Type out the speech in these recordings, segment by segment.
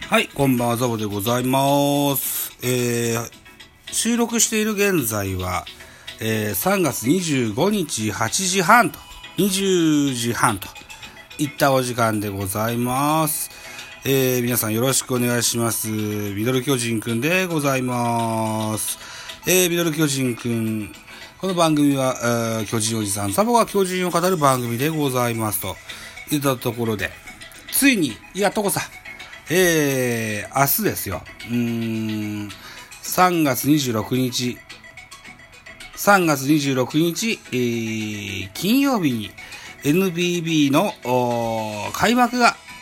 はい、こんばんは、ザボでございます。収録している現在は、3月25日8時半と、20時半といったお時間でございます。皆さんよろしくお願いします。ミドル巨人くんでございます。ミドル巨人くん、この番組は、巨人おじさん、ザボが巨人を語る番組でございますといったところで、ついに、やっとこさ、明日ですよ。3月26日、金曜日に NPB の開幕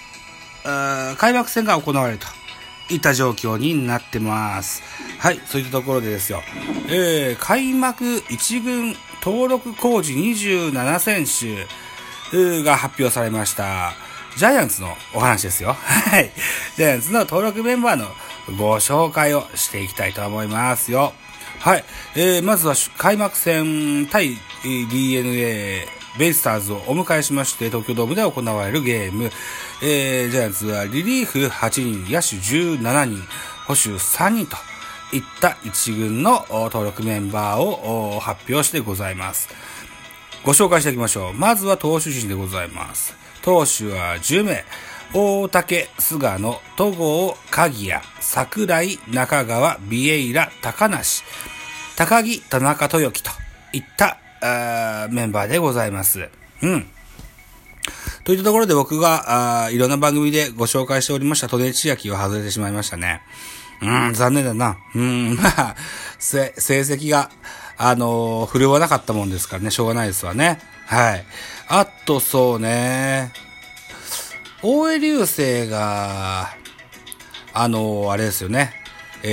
戦が行われるといった状況になってます。はい、そういったところでですよ。開幕1軍登録工事27選手が発表されました。ジャイアンツのお話ですよ。はい。ジャイアンツの登録メンバーのご紹介をしていきたいと思いますよ。はい。まずは開幕戦対 DNA ベイスターズをお迎えしまして、東京ドームで行われるゲーム。ジャイアンツはリリーフ8人、野手17人、捕手3人といった一軍の登録メンバーを発表してございます。ご紹介していきましょう。まずは投手陣でございます。投手は10名。大竹、菅野、戸郷、鍵谷、櫻井、中川、ビエイラ、高梨、高木、田中豊樹といったメンバーでございます。といったところで僕がいろんな番組でご紹介しておりました戸根千秋を外れてしまいましたね。残念だな。成績が振るわなかったもんですからね、しょうがないですわね。はい。あとそうね、大江流星が、あれですよね。キ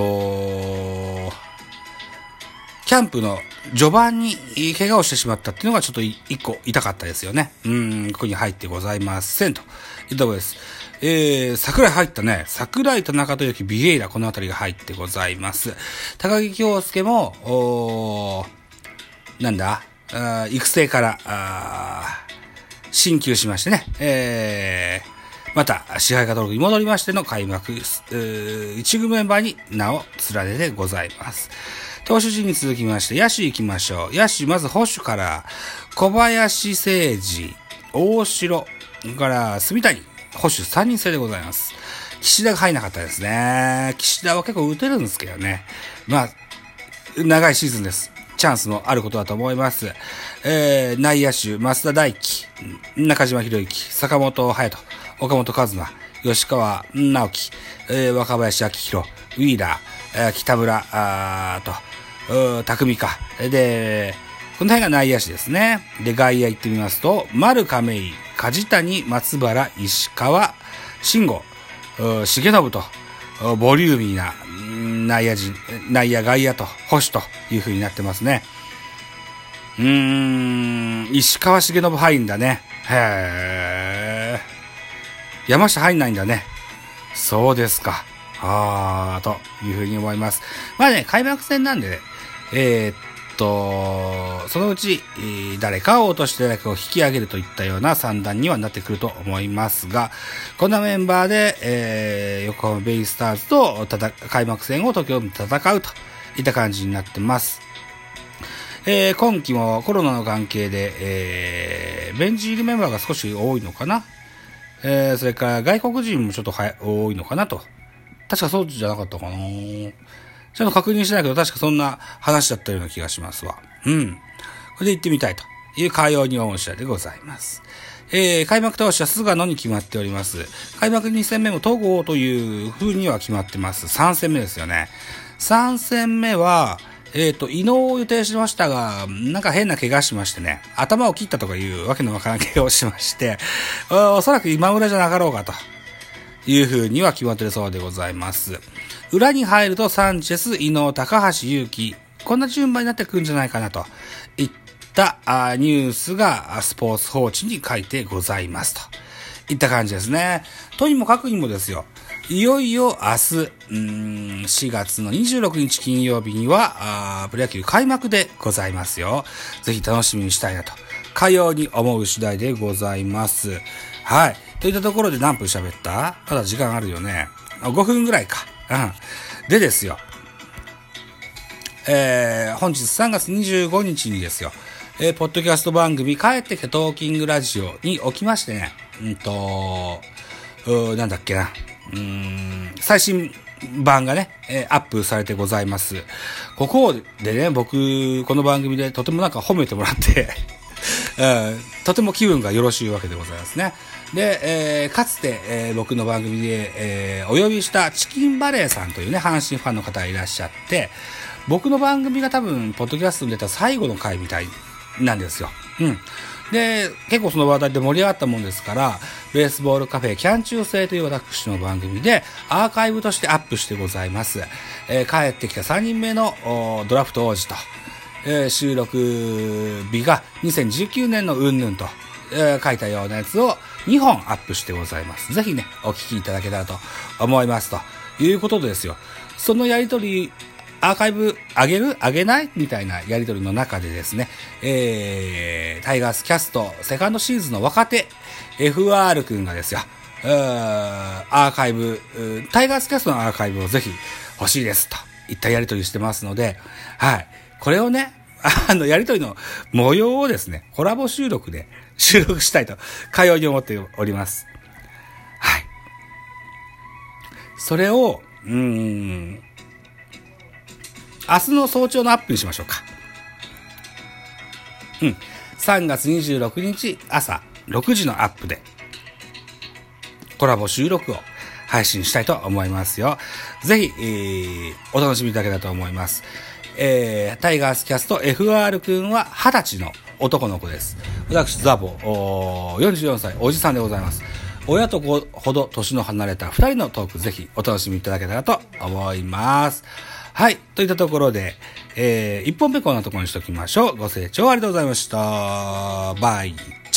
ャンプの序盤に怪我をしてしまったっていうのがちょっと一個痛かったですよね。ここに入ってございませんといったところです。桜井入ったね。桜井と中豊樹、ビエイラ、このあたりが入ってございます。高木京介も、育成から進級しましてね、また支配下登録に戻りましての開幕一軍メンバーに名を連ねてございます。投手陣に続きまして野手行きましょう。野手まず捕手から小林誠司、大城から住谷、捕手3人制でございます。岸田が入らなかったですね。岸田は結構打てるんですけどね。長いシーズンです。チャンスのあることだと思います。内野手、増田大輝、中島博之、坂本勇人、岡本和真、吉川直樹、若林明宏、ウィーラー、北村、匠か。で、この辺が内野手ですね。で、外野行ってみますと、丸亀井、梶谷、松原、石川、慎吾、重信と、ボリューミーな内野外野と保守という風になってますね。石川重信入んだね。へー。山下入んないんだね。そうですか。という風に思います。開幕戦なんで、そのうち、誰かを落として誰かを引き上げるといったような算段にはなってくると思いますが、こんなメンバーで、横浜ベイスターズと開幕戦を東京で戦うといった感じになってます。今季もコロナの関係で、ベンチ入りメンバーが少し多いのかな。それから外国人もちょっと多いのかなと。確かそうじゃなかったかな。ちょっと確認しないけど、確かそんな話だったような気がしますわ。これで行ってみたいというかように恩赦でございます。開幕投手は菅野に決まっております。開幕2戦目も戸郷という風には決まってます。3戦目ですよね。3戦目は、伊能を予定してましたが、なんか変な怪我しましてね、頭を切ったとかいうわけのわからん怪我をしまして、おそらく今村じゃなかろうかという風には決まってるそうでございます。裏に入るとサンチェス、伊能、高橋優希、こんな順番になってくるんじゃないかなといったニュースがスポーツ報知に書いてございますといった感じですね。とにもかくにもですよ、いよいよ明日、4月の26日金曜日にはプロ野球開幕でございますよ。ぜひ楽しみにしたいなとかように思う次第でございます。 はい。といったところで何分喋った？まだ時間あるよね。5分ぐらいか。うん。でですよ。本日3月25日にですよ。ポッドキャスト番組、帰ってきたトーキングラジオにおきましてね。なんだっけな。最新版がね、アップされてございます。ここでね、僕、この番組でとてもなんか褒めてもらって、とても気分がよろしいわけでございますね。で、かつて、僕の番組で、お呼びしたチキンバレーさんというね、阪神ファンの方がいらっしゃって、僕の番組が多分、ポッドキャストに出た最後の回みたいなんですよ。うん。で、結構その話題で盛り上がったもんですから、ベースボールカフェキャン中制という私の番組でアーカイブとしてアップしてございます。帰ってきた3人目のドラフト王子と、収録日が2019年のうんぬんと、書いたようなやつを2本アップしてございます。ぜひね、お聞きいただけたらと思いますということですよ。そのやりとり、アーカイブ上げないみたいなやりとりの中でですね、タイガースキャストセカンドシーズンの若手 FR 君がですよ、アーカイブ、タイガースキャストのアーカイブをぜひ欲しいですといったやりとりしてますので、はい。これをね、やりとりの模様をですね、コラボ収録で収録したいと、かように思っております。はい。それを、明日の早朝のアップにしましょうか。3月26日朝6時のアップでコラボ収録を配信したいと思いますよ。ぜひ、お楽しみいただけたらと思います。タイガースキャスト FR 君は20歳の男の子です。私ザボ44歳おじさんでございます。親と子ほど年の離れた2人のトークぜひお楽しみいただけたらと思います。はい。といったところで、1本目こんなところにしときましょう。ご清聴ありがとうございました。バイ。